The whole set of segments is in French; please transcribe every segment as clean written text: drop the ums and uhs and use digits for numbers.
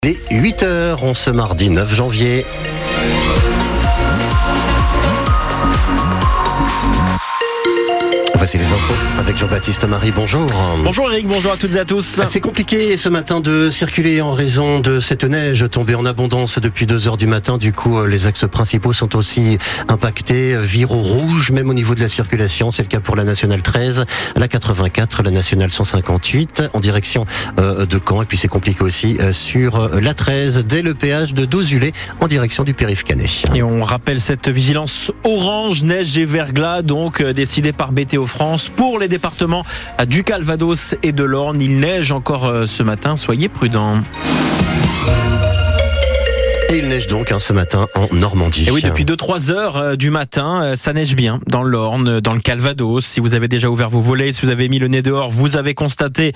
Les 8h, on ce mardi 9 janvier. Voici les infos avec Jean-Baptiste Marie, bonjour. Bonjour Eric, bonjour à toutes et à tous. C'est compliqué ce matin de circuler en raison de cette neige tombée en abondance depuis 2h du matin. Du coup, les axes principaux sont aussi impactés, vire au rouge, même au niveau de la circulation. C'est le cas pour la Nationale 13, la 84, la Nationale 158 en direction de Caen. Et puis c'est compliqué aussi sur la 13 dès le péage de Dozulé en direction du Périph' Canet. Et on rappelle cette vigilance orange, neige et verglas, donc décidée par Météo France pour les départements du Calvados et de l'Orne. Il neige encore ce matin, soyez prudents. Et il neige donc ce matin en Normandie. Et oui, depuis 2-3 heures du matin, ça neige bien dans l'Orne, dans le Calvados. Si vous avez déjà ouvert vos volets, si vous avez mis le nez dehors, vous avez constaté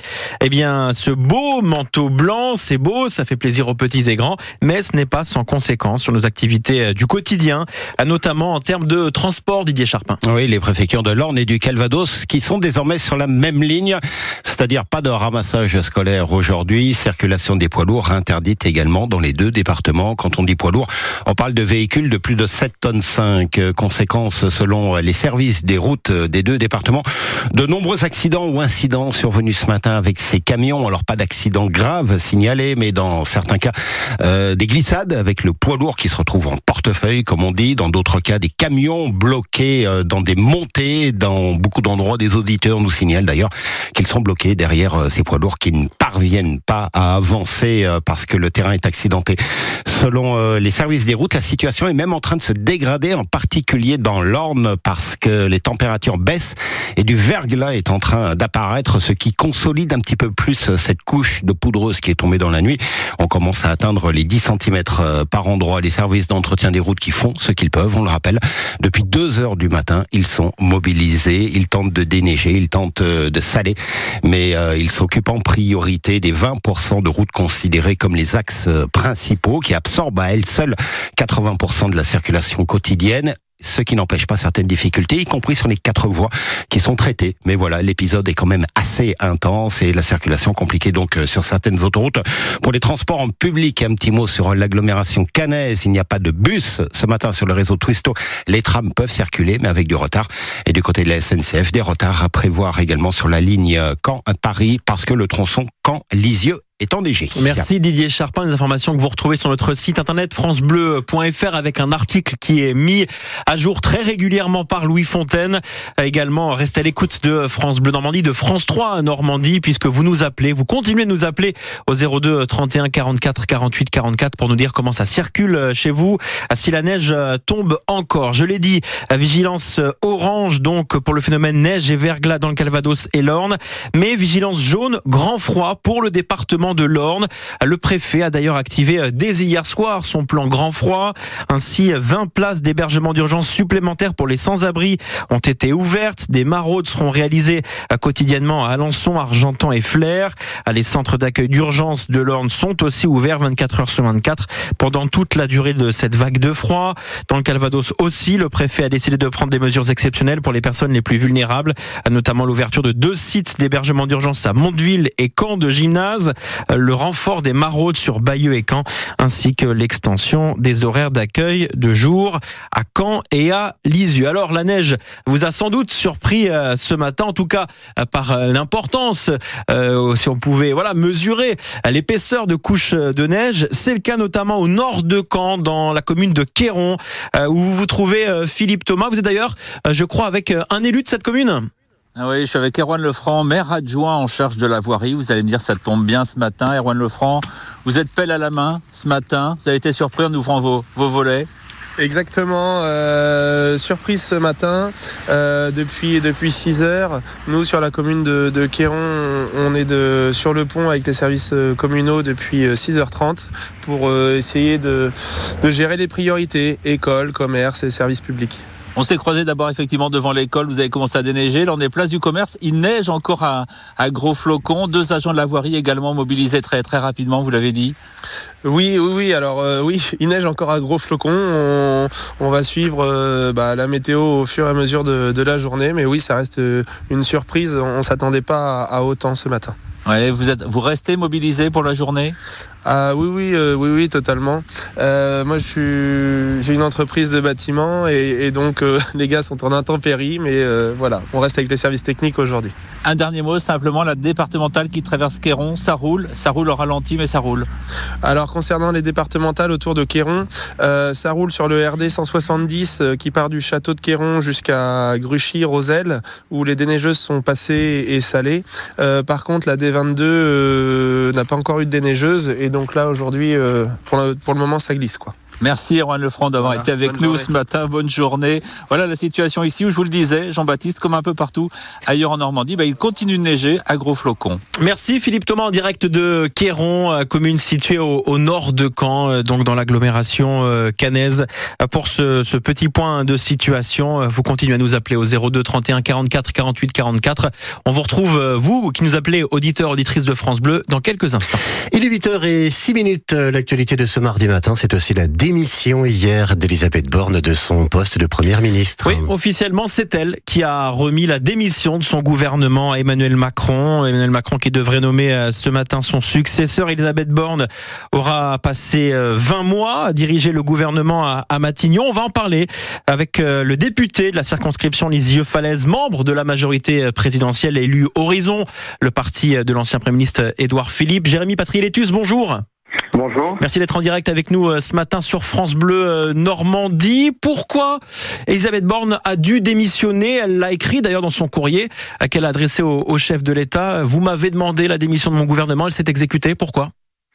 ce beau manteau blanc. C'est beau, ça fait plaisir aux petits et grands, mais ce n'est pas sans conséquence sur nos activités du quotidien, notamment en termes de transport, Didier Charpin. Oui, les préfectures de l'Orne et du Calvados qui sont désormais sur la même ligne, c'est-à-dire pas de ramassage scolaire aujourd'hui, circulation des poids lourds interdite également dans les deux départements. Quand on dit poids lourd, on parle de véhicules de plus de 7,5 tonnes. Conséquence, selon les services des routes des deux départements, de nombreux accidents ou incidents survenus ce matin avec ces camions. Alors pas d'accidents graves signalés, mais dans certains cas, des glissades avec le poids lourd qui se retrouve en portefeuille, comme on dit. Dans d'autres cas, des camions bloqués dans des montées. Dans beaucoup d'endroits, des auditeurs nous signalent d'ailleurs qu'ils sont bloqués derrière ces poids lourds qui ne parviennent pas à avancer parce que le terrain est accidenté. Selon les services des routes, la situation est même en train de se dégrader, en particulier dans l'Orne, parce que les températures baissent et du verglas est en train d'apparaître, ce qui consolide un petit peu plus cette couche de poudreuse qui est tombée dans la nuit. On commence à atteindre les 10 cm par endroit. Les services d'entretien des routes qui font ce qu'ils peuvent, on le rappelle. Depuis 2h du matin, ils sont mobilisés, ils tentent de déneiger, ils tentent de saler, mais ils s'occupent en priorité des 20% de routes considérées comme les axes principaux qui absorbent à elles seules 80% de la circulation quotidienne. Ce qui n'empêche pas certaines difficultés, y compris sur les 4 voies qui sont traitées. Mais voilà, l'épisode est quand même assez intense et la circulation compliquée donc sur certaines autoroutes. Pour les transports en public, un petit mot sur l'agglomération caennaise. Il n'y a pas de bus ce matin sur le réseau Twisto. Les trams peuvent circuler, mais avec du retard. Et du côté de la SNCF, des retards à prévoir également sur la ligne Caen-Paris parce que le tronçon Caen-Lisieux est enneigé. Merci Didier Charpin, des informations que vous retrouvez sur notre site internet francebleu.fr avec un article qui est mis à jour très régulièrement par Louis Fontaine. Également, restez à l'écoute de France Bleu Normandie, de France 3 Normandie, puisque vous nous appelez, vous continuez de nous appeler au 02 31 44 48 44 pour nous dire comment ça circule chez vous, si la neige tombe encore. Je l'ai dit, vigilance orange donc pour le phénomène neige et verglas dans le Calvados et l'Orne, mais vigilance jaune, grand froid pour le département de l'Orne. Le préfet a d'ailleurs activé dès hier soir son plan grand froid. Ainsi, 20 places d'hébergement d'urgence supplémentaires pour les sans-abri ont été ouvertes. Des maraudes seront réalisées quotidiennement à Alençon, Argentan et Flers. Les centres d'accueil d'urgence de l'Orne sont aussi ouverts 24 heures sur 24 pendant toute la durée de cette vague de froid. Dans le Calvados aussi, le préfet a décidé de prendre des mesures exceptionnelles pour les personnes les plus vulnérables, notamment l'ouverture de 2 sites d'hébergement d'urgence à Mondeville et Camp de Gymnase, le renfort des maraudes sur Bayeux et Caen, ainsi que l'extension des horaires d'accueil de jour à Caen et à Lisieux. Alors la neige vous a sans doute surpris ce matin, en tout cas par l'importance, si on pouvait mesurer l'épaisseur de couches de neige. C'est le cas notamment au nord de Caen, dans la commune de Queyron, où vous vous trouvez Philippe Thomas. Vous êtes d'ailleurs, je crois, avec un élu de cette commune. Ah oui, je suis avec Erwan Lefranc, maire adjoint en charge de la voirie. Vous allez me dire, ça tombe bien ce matin. Erwan Lefranc, vous êtes pelle à la main ce matin. Vous avez été surpris en ouvrant vos volets. Exactement, surprise ce matin, depuis 6 heures. Nous, sur la commune de Queyron, on est sur le pont avec les services communaux depuis 6h30 pour essayer de gérer les priorités, école, commerce et services publics. On s'est croisés d'abord effectivement devant l'école, vous avez commencé à déneiger. Là on est place du commerce, il neige encore à gros flocons. 2 agents de la voirie également mobilisés très très rapidement, vous l'avez dit. Oui, alors oui, il neige encore à gros flocons. On va suivre la météo au fur et à mesure de la journée, mais oui, ça reste une surprise, on ne s'attendait pas à autant ce matin. Ouais, vous restez mobilisé pour la journée ? Ah oui, totalement. Moi, j'ai une entreprise de bâtiment et donc les gars sont en intempérie, mais voilà, on reste avec les services techniques aujourd'hui. Un dernier mot, simplement, la départementale qui traverse Queyron, ça roule au ralenti, mais ça roule. Alors, concernant les départementales autour de Queyron, ça roule sur le RD 170 qui part du château de Queyron jusqu'à Gruchy-Roselle, où les déneigeuses sont passées et salées. Par contre, la D22 n'a pas encore eu de déneigeuse, et donc là, aujourd'hui, pour le moment, ça glisse, quoi. Merci Erwan Lefranc d'avoir été avec nous ce matin. Bonne journée. Voilà la situation ici où je vous le disais, Jean-Baptiste, comme un peu partout ailleurs en Normandie, il continue de neiger à gros flocons. Merci Philippe Thomas en direct de Queyron, commune située au nord de Caen, donc dans l'agglomération caennaise. Pour ce petit point de situation, vous continuez à nous appeler au 02 31 44 48 44. On vous retrouve, vous qui nous appelez auditeurs, auditrices de France Bleu, dans quelques instants. Il est 8h06. L'actualité de ce mardi matin, c'est aussi la démission hier d'Elisabeth Borne de son poste de première ministre. Oui, officiellement, c'est elle qui a remis la démission de son gouvernement à Emmanuel Macron. Emmanuel Macron qui devrait nommer ce matin son successeur. Elisabeth Borne aura passé 20 mois à diriger le gouvernement à Matignon. On va en parler avec le député de la circonscription Lisieux-Falaise, membre de la majorité présidentielle élu Horizon, le parti de l'ancien Premier ministre Édouard Philippe. Jérémy Patriélétus, bonjour. Bonjour. Merci d'être en direct avec nous ce matin sur France Bleu Normandie. Pourquoi Elisabeth Borne a dû démissionner ? Elle l'a écrit d'ailleurs dans son courrier qu'elle a adressé au chef de l'État. Vous m'avez demandé la démission de mon gouvernement, elle s'est exécutée. Pourquoi ?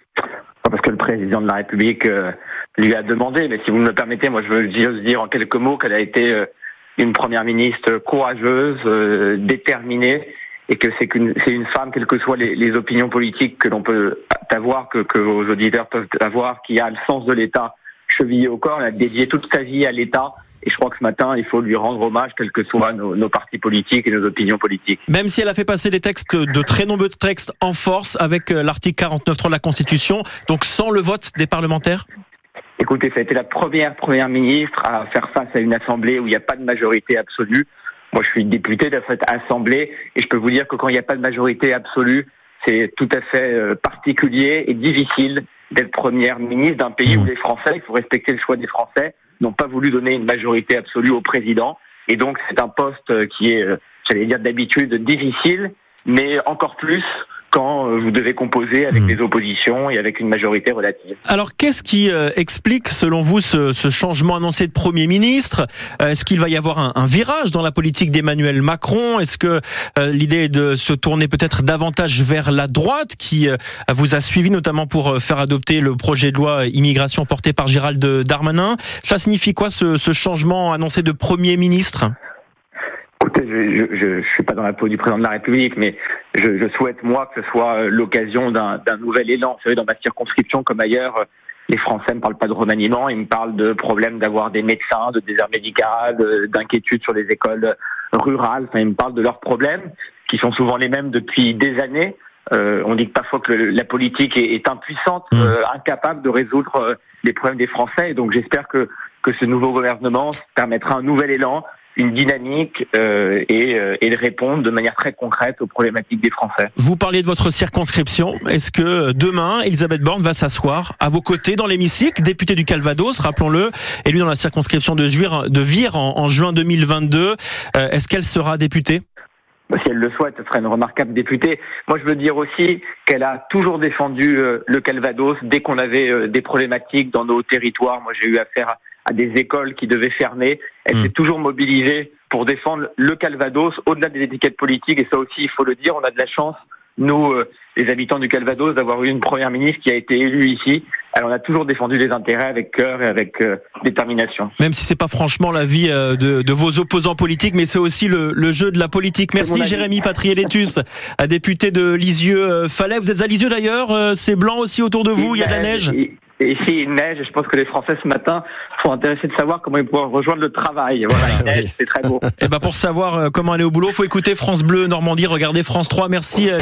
Parce que le président de la République lui a demandé, mais si vous me le permettez, moi je veux juste dire en quelques mots qu'elle a été une première ministre courageuse, déterminée, et que c'est une femme, quelles que soient les opinions politiques que l'on peut avoir, que vos auditeurs peuvent avoir, qui a le sens de l'État chevillé au corps. Elle a dédié toute sa vie à l'État. Et je crois que ce matin, il faut lui rendre hommage, quels que soient nos partis politiques et nos opinions politiques. Même si elle a fait passer de très nombreux textes en force avec l'article 49.3 de la Constitution, donc sans le vote des parlementaires ? Écoutez, ça a été la première ministre à faire face à une assemblée où il n'y a pas de majorité absolue. Moi, je suis député de cette assemblée et je peux vous dire que quand il n'y a pas de majorité absolue, c'est tout à fait particulier et difficile d'être première ministre d'un pays où les Français, il faut respecter le choix des Français, n'ont pas voulu donner une majorité absolue au président. Et donc, c'est un poste qui est, j'allais dire d'habitude, difficile, mais encore plus quand vous devez composer avec les oppositions et avec une majorité relative. Alors, qu'est-ce qui explique, selon vous, ce changement annoncé de Premier ministre ? Est-ce qu'il va y avoir un virage dans la politique d'Emmanuel Macron ? Est-ce que l'idée est de se tourner peut-être davantage vers la droite qui vous a suivi, notamment pour faire adopter le projet de loi immigration porté par Gérald Darmanin ? Cela signifie quoi, ce changement annoncé de Premier ministre ? Écoutez, je suis pas dans la peau du président de la République, mais je souhaite, moi, que ce soit l'occasion d'un nouvel élan. Vous savez, dans ma circonscription, comme ailleurs, les Français ne parlent pas de remaniement, ils me parlent de problèmes d'avoir des médecins, de désert médical, d'inquiétudes sur les écoles rurales. Enfin, ils me parlent de leurs problèmes, qui sont souvent les mêmes depuis des années. On dit parfois que la politique est impuissante, incapable de résoudre les problèmes des Français. Et donc, j'espère que ce nouveau gouvernement permettra un nouvel élan, une dynamique et de répondre de manière très concrète aux problématiques des Français. Vous parliez de votre circonscription. Est-ce que demain, Elisabeth Borne va s'asseoir à vos côtés dans l'hémicycle, députée du Calvados, rappelons-le, élue dans la circonscription de Vire en juin 2022. Est-ce qu'elle sera députée ? Si elle le souhaite, ce serait une remarquable députée. Moi, je veux dire aussi qu'elle a toujours défendu le Calvados dès qu'on avait des problématiques dans nos territoires. Moi, j'ai eu affaire à des écoles qui devaient fermer. Elle s'est toujours mobilisée pour défendre le Calvados au-delà des étiquettes politiques. Et ça aussi, il faut le dire, on a de la chance, nous, les habitants du Calvados, d'avoir eu une première ministre qui a été élue ici. Alors, on a toujours défendu les intérêts avec cœur et avec détermination. Même si c'est pas franchement l'avis de vos opposants politiques, mais c'est aussi le jeu de la politique. Merci Jérémy Patriélétus, député de Lisieux-Falaise. Vous êtes à Lisieux d'ailleurs, c'est blanc aussi autour de vous, il y a de la neige. Et ici, il neige, et je pense que les Français ce matin sont intéressés de savoir comment ils pourront rejoindre le travail. Voilà, il neige, c'est très beau. Et pour savoir comment aller au boulot, faut écouter France Bleu Normandie, regardez France 3. Merci.